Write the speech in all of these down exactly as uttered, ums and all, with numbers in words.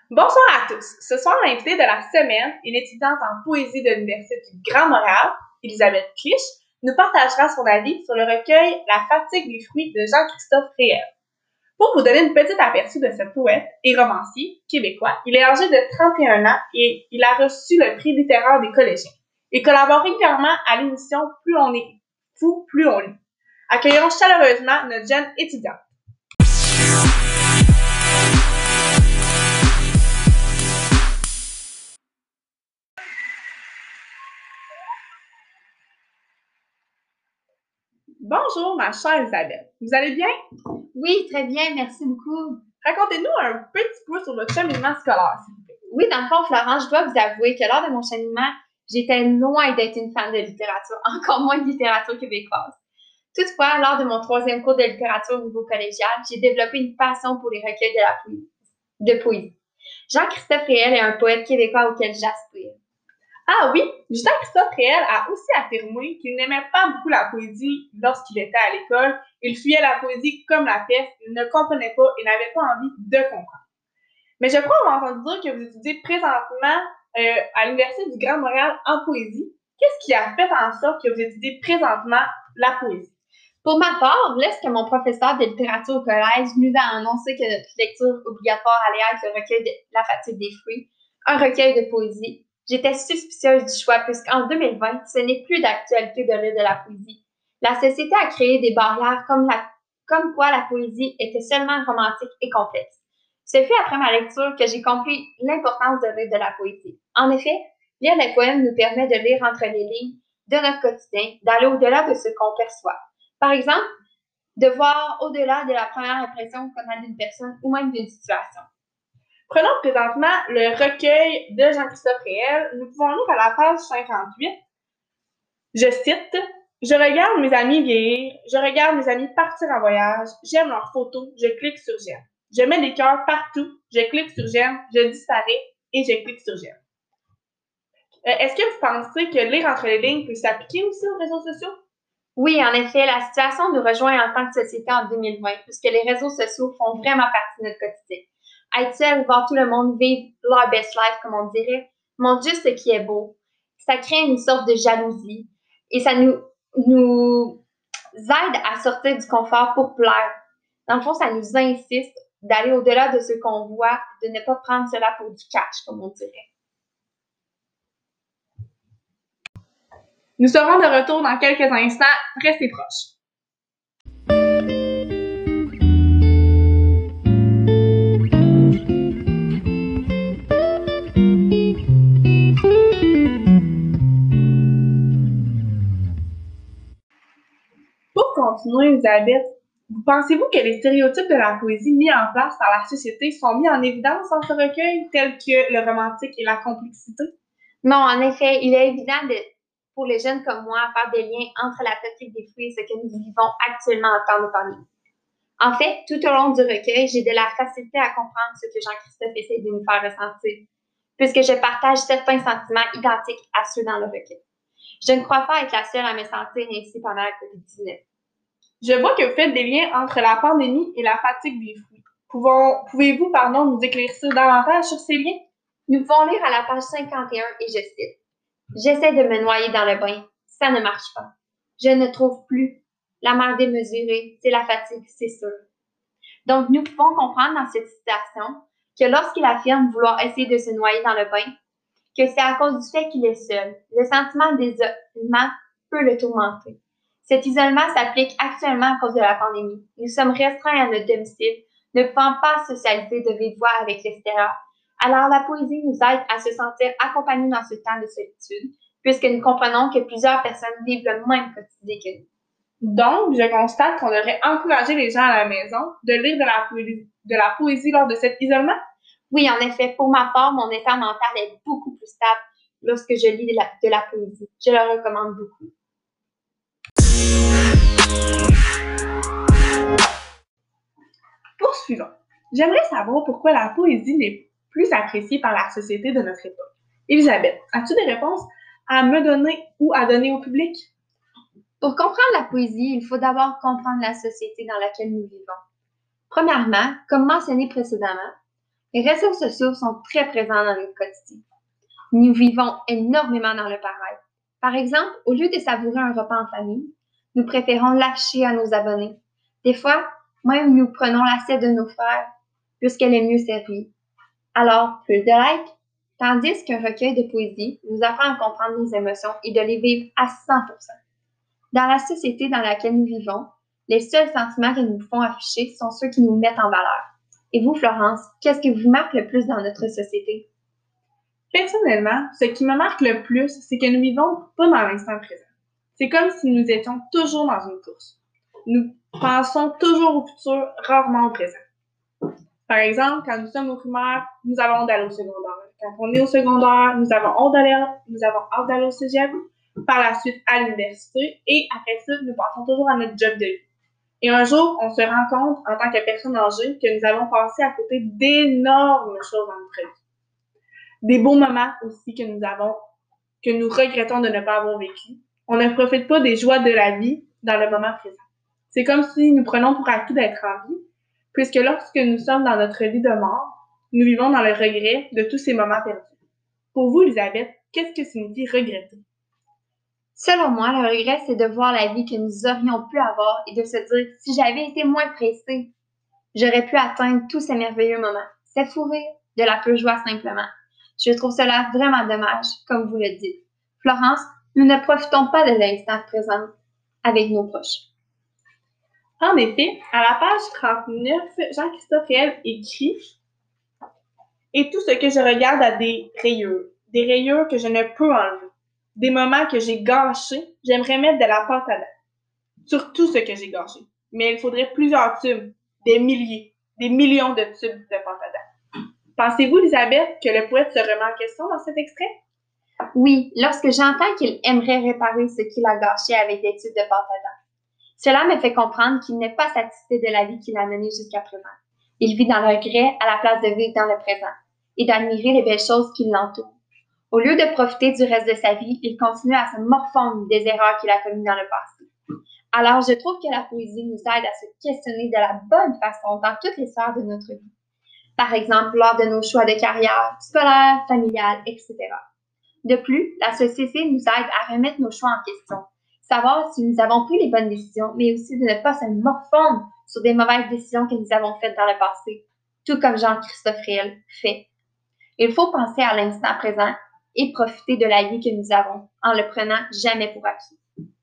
Bonsoir à tous. Ce soir, l'invitée de la semaine, une étudiante en poésie de l'Université du Grand Montréal, Elisabeth Clich, nous partagera son avis sur le recueil La fatigue des fruits de Jean-Christophe Réel. Pour vous donner une petite aperçu de ce poète et romancier québécois, il est âgé de trente et un ans et il a reçu le prix littéraire des collégiens. Il collabore régulièrement à l'émission Plus on est fou, plus on lit. Accueillons chaleureusement notre jeune étudiante. Bonjour, ma chère Elisabeth. Vous allez bien? Oui, très bien, merci beaucoup. Racontez-nous un petit peu sur votre cheminement scolaire, s'il vous plaît. Oui, dans le fond, Florence, je dois vous avouer que lors de mon cheminement, j'étais loin d'être une fan de littérature, encore moins de littérature québécoise. Toutefois, lors de mon troisième cours de littérature au niveau collégial, j'ai développé une passion pour les recueils de la poésie. De poésie. Jean-Christophe Réel est un poète québécois auquel j'aspire. Ah oui, Jean-Christophe Réel a aussi affirmé qu'il n'aimait pas beaucoup la poésie lorsqu'il était à l'école. Il fuyait la poésie comme la peste, il ne comprenait pas et n'avait pas envie de comprendre. Mais je crois avoir entendu dire que vous étudiez présentement euh, à l'Université du Grand Montréal en poésie. Qu'est-ce qui a fait en sorte que vous étudiez présentement la poésie? Pour ma part, lorsque mon professeur de littérature au collège nous a annoncé que notre lecture obligatoire allait être le recueil de La fatigue des fruits, un recueil de poésie, j'étais suspicieuse du choix puisqu'en deux mille vingt, ce n'est plus d'actualité de lire de la poésie. La société a créé des barrières comme, la, comme quoi la poésie était seulement romantique et complexe. Ce fut après ma lecture que j'ai compris l'importance de lire de la poésie. En effet, lire les poèmes nous permet de lire entre les lignes de notre quotidien, d'aller au-delà de ce qu'on perçoit. Par exemple, de voir au-delà de la première impression qu'on a d'une personne ou même d'une situation. Prenons présentement le recueil de Jean-Christophe Réel. Nous pouvons lire à la page cinquante-huit. Je cite « Je regarde mes amis vieillir, je regarde mes amis partir en voyage, j'aime leurs photos, je clique sur j'aime. Je mets des cœurs partout, je clique sur j'aime, je disparais et je clique sur j'aime. » Euh, Est-ce que vous pensez que lire entre les lignes peut s'appliquer aussi aux réseaux sociaux? Oui, en effet, la situation nous rejoint en tant que société en deux mille vingt, puisque les réseaux sociaux font vraiment partie de notre quotidien. Être seul, voir tout le monde vivre leur best life, comme on dirait, montre juste ce qui est beau. Ça crée une sorte de jalousie et ça nous, nous aide à sortir du confort pour plaire. Dans le fond, ça nous insiste d'aller au-delà de ce qu'on voit, de ne pas prendre cela pour du cash, comme on dirait. Nous serons de retour dans quelques instants. Restez proches. Pour continuer, Elisabeth, pensez-vous que les stéréotypes de la poésie mis en place par la société sont mis en évidence dans ce recueil, tels que le romantique et la complexité? Non, en effet, il est évident de, pour les jeunes comme moi à faire des liens entre la fatigue des fruits et ce que nous vivons actuellement en temps de pandémie. En fait, tout au long du recueil, j'ai de la facilité à comprendre ce que Jean-Christophe essaie de nous faire ressentir, puisque je partage certains sentiments identiques à ceux dans le recueil. Je ne crois pas être la seule à me sentir ainsi pendant la covid dix-neuf. Je vois que vous faites des liens entre la pandémie et la fatigue des fruits. Pouvons, pouvez-vous, pardon, nous éclaircir davantage sur ces liens? Nous pouvons lire à la page cinquante et un et je cite « J'essaie de me noyer dans le bain, ça ne marche pas. Je ne trouve plus. La mer démesurée, c'est la fatigue, c'est sûr. » Donc, nous pouvons comprendre dans cette citation que lorsqu'il affirme vouloir essayer de se noyer dans le bain, que c'est à cause du fait qu'il est seul. Le sentiment d'isolement peut le tourmenter. Cet isolement s'applique actuellement à cause de la pandémie. Nous sommes restreints à notre domicile, ne pouvant pas socialiser de vive voix avec l'extérieur. Alors, la poésie nous aide à se sentir accompagnés dans ce temps de solitude, puisque nous comprenons que plusieurs personnes vivent le même quotidien que nous. Donc, je constate qu'on devrait encourager les gens à la maison de lire de la poésie, de la poésie lors de cet isolement? Oui, en effet, pour ma part, mon état mental est beaucoup plus stable lorsque je lis de la, de la poésie. Je le recommande beaucoup. Poursuivons. J'aimerais savoir pourquoi la poésie n'est plus appréciée par la société de notre époque. Elisabeth, as-tu des réponses à me donner ou à donner au public? Pour comprendre la poésie, il faut d'abord comprendre la société dans laquelle nous vivons. Premièrement, comme mentionné précédemment, Les réseaux sociaux sont très présents dans notre quotidien. Nous vivons énormément dans le paraître. Par exemple, au lieu de savourer un repas en famille, nous préférons l'afficher à nos abonnés. Des fois, même nous prenons l'assiette de nos frères, puisqu'elle est mieux servie. Alors, plus de likes. Tandis qu'un recueil de poésie nous apprend à comprendre nos émotions et de les vivre à cent pour cent. Dans la société dans laquelle nous vivons, les seuls sentiments que nous font afficher sont ceux qui nous mettent en valeur. Et vous, Florence, qu'est-ce qui vous marque le plus dans notre société? Personnellement, ce qui me marque le plus, c'est que nous vivons pas dans l'instant présent. C'est comme si nous étions toujours dans une course. Nous pensons toujours au futur, rarement au présent. Par exemple, quand nous sommes au primaire, nous avons hâte d'aller au secondaire. Quand on est au secondaire, nous avons hâte d'aller, nous avons hâte d'aller au cégep, par la suite à l'université, et après ça, nous pensons toujours à notre job de vie. Et un jour, on se rend compte, en tant que personne âgée, que nous avons passé à côté d'énormes choses dans notre vie. Des beaux moments aussi que nous avons, que nous regrettons de ne pas avoir vécu. On ne profite pas des joies de la vie dans le moment présent. C'est comme si nous prenons pour acquis d'être en vie, puisque lorsque nous sommes dans notre lit de mort, nous vivons dans le regret de tous ces moments perdus. Pour vous, Elisabeth, qu'est-ce que signifie regretter? Selon moi, le regret, c'est de voir la vie que nous aurions pu avoir et de se dire, si j'avais été moins pressée, j'aurais pu atteindre tous ces merveilleux moments. C'est fou rire, de la pure joie simplement. Je trouve cela vraiment dommage, comme vous le dites. Florence, nous ne profitons pas de l'instant présent avec nos proches. En effet, à la page trente-neuf, Jean-Christophe Réel écrit « Et tout ce que je regarde a des rayures, des rayures que je ne peux enlever. Des moments que j'ai gâchés, j'aimerais mettre de la pâte à dents. Sur tout ce que j'ai gâché. Mais il faudrait plusieurs tubes, des milliers, des millions de tubes de pâte à dents. » Pensez-vous, Elisabeth, que le poète se remet en question dans cet extrait? Oui, lorsque j'entends qu'il aimerait réparer ce qu'il a gâché avec des tubes de pâte à dents. Cela me fait comprendre qu'il n'est pas satisfait de la vie qu'il a menée jusqu'à présent. Il vit dans le regret à la place de vivre dans le présent et d'admirer les belles choses qui l'entourent. Au lieu de profiter du reste de sa vie, il continue à se morfondre des erreurs qu'il a commises dans le passé. Alors, je trouve que la poésie nous aide à se questionner de la bonne façon dans toutes les sphères de notre vie. Par exemple, lors de nos choix de carrière, scolaire, familiale, et cetera. De plus, la société nous aide à remettre nos choix en question, savoir si nous avons pris les bonnes décisions, mais aussi de ne pas se morfondre sur des mauvaises décisions que nous avons faites dans le passé, tout comme Jean-Christophe Réel fait. Il faut penser à l'instant présent et profiter de la vie que nous avons, en le prenant jamais pour acquis.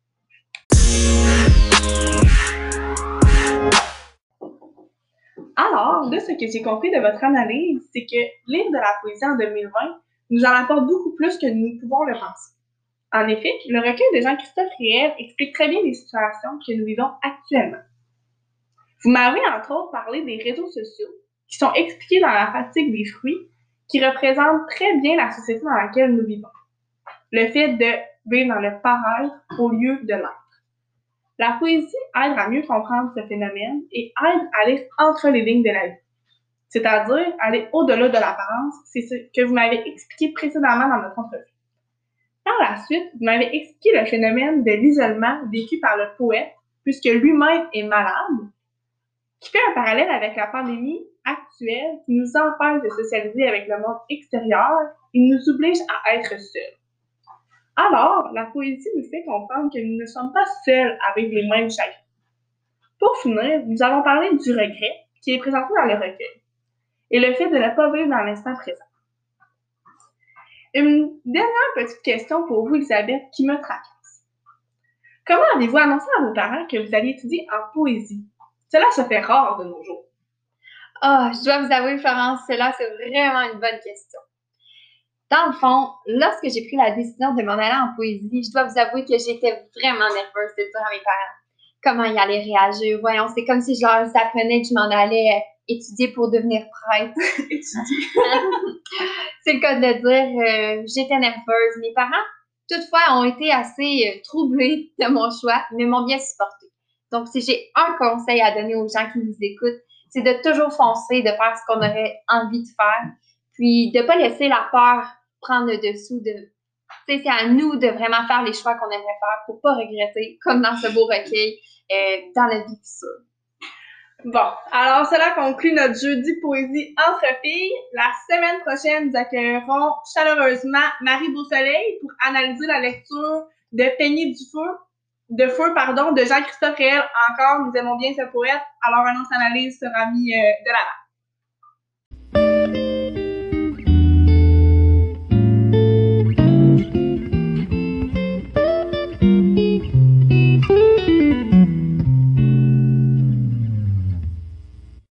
Alors, de ce que j'ai compris de votre analyse, c'est que lire de la poésie en deux mille vingt nous en apporte beaucoup plus que nous pouvons le penser. En effet, le recueil de Jean-Christophe Réel explique très bien les situations que nous vivons actuellement. Vous m'avez entre autres parlé des réseaux sociaux, qui sont expliqués dans la fatigue des fruits, qui représentent très bien la société dans laquelle nous vivons. Le fait de vivre dans le paraître au lieu de l'être. La poésie aide à mieux comprendre ce phénomène et aide à lire entre les lignes de la vie. C'est-à-dire aller au-delà de l'apparence, c'est ce que vous m'avez expliqué précédemment dans notre entrevue. Par la suite, vous m'avez expliqué le phénomène de l'isolement vécu par le poète, puisque lui-même est malade, qui fait un parallèle avec la pandémie actuelle qui nous empêche de socialiser avec le monde extérieur et nous oblige à être seuls. Alors, la poésie nous fait comprendre que nous ne sommes pas seuls avec les mêmes chagrins. Pour finir, nous allons parler du regret qui est présenté dans le recueil et le fait de ne pas vivre dans l'instant présent. Une dernière petite question pour vous, Elisabeth, qui me tracasse. Comment avez-vous annoncé à vos parents que vous alliez étudier en poésie? Cela se fait rare de nos jours. Ah, oh, je dois vous avouer, Florence, cela, c'est vraiment une bonne question. Dans le fond, lorsque j'ai pris la décision de m'en aller en poésie, je dois vous avouer que j'étais vraiment nerveuse de dire à mes parents comment ils allaient réagir. Voyons, c'est comme si je leur apprenais que je m'en allais étudier pour devenir prêtre. C'est le cas de le dire. Euh, j'étais nerveuse. Mes parents, toutefois, ont été assez euh, troublés de mon choix, mais m'ont bien supporté. Donc, si j'ai un conseil à donner aux gens qui nous écoutent, c'est de toujours foncer, de faire ce qu'on aurait envie de faire, puis de ne pas laisser la peur prendre le dessous. De, c'est à nous de vraiment faire les choix qu'on aimerait faire pour ne pas regretter, comme dans ce beau recueil, euh, dans la vie future. Bon, alors cela conclut notre jeudi poésie entre filles. La semaine prochaine, nous accueillerons chaleureusement Marie Beausoleil pour analyser la lecture de Peigné du feu, de feu, pardon, de Jean-Christophe Réel. Encore, nous aimons bien ce poète, alors une autre analyse sera mise euh, de l'avant.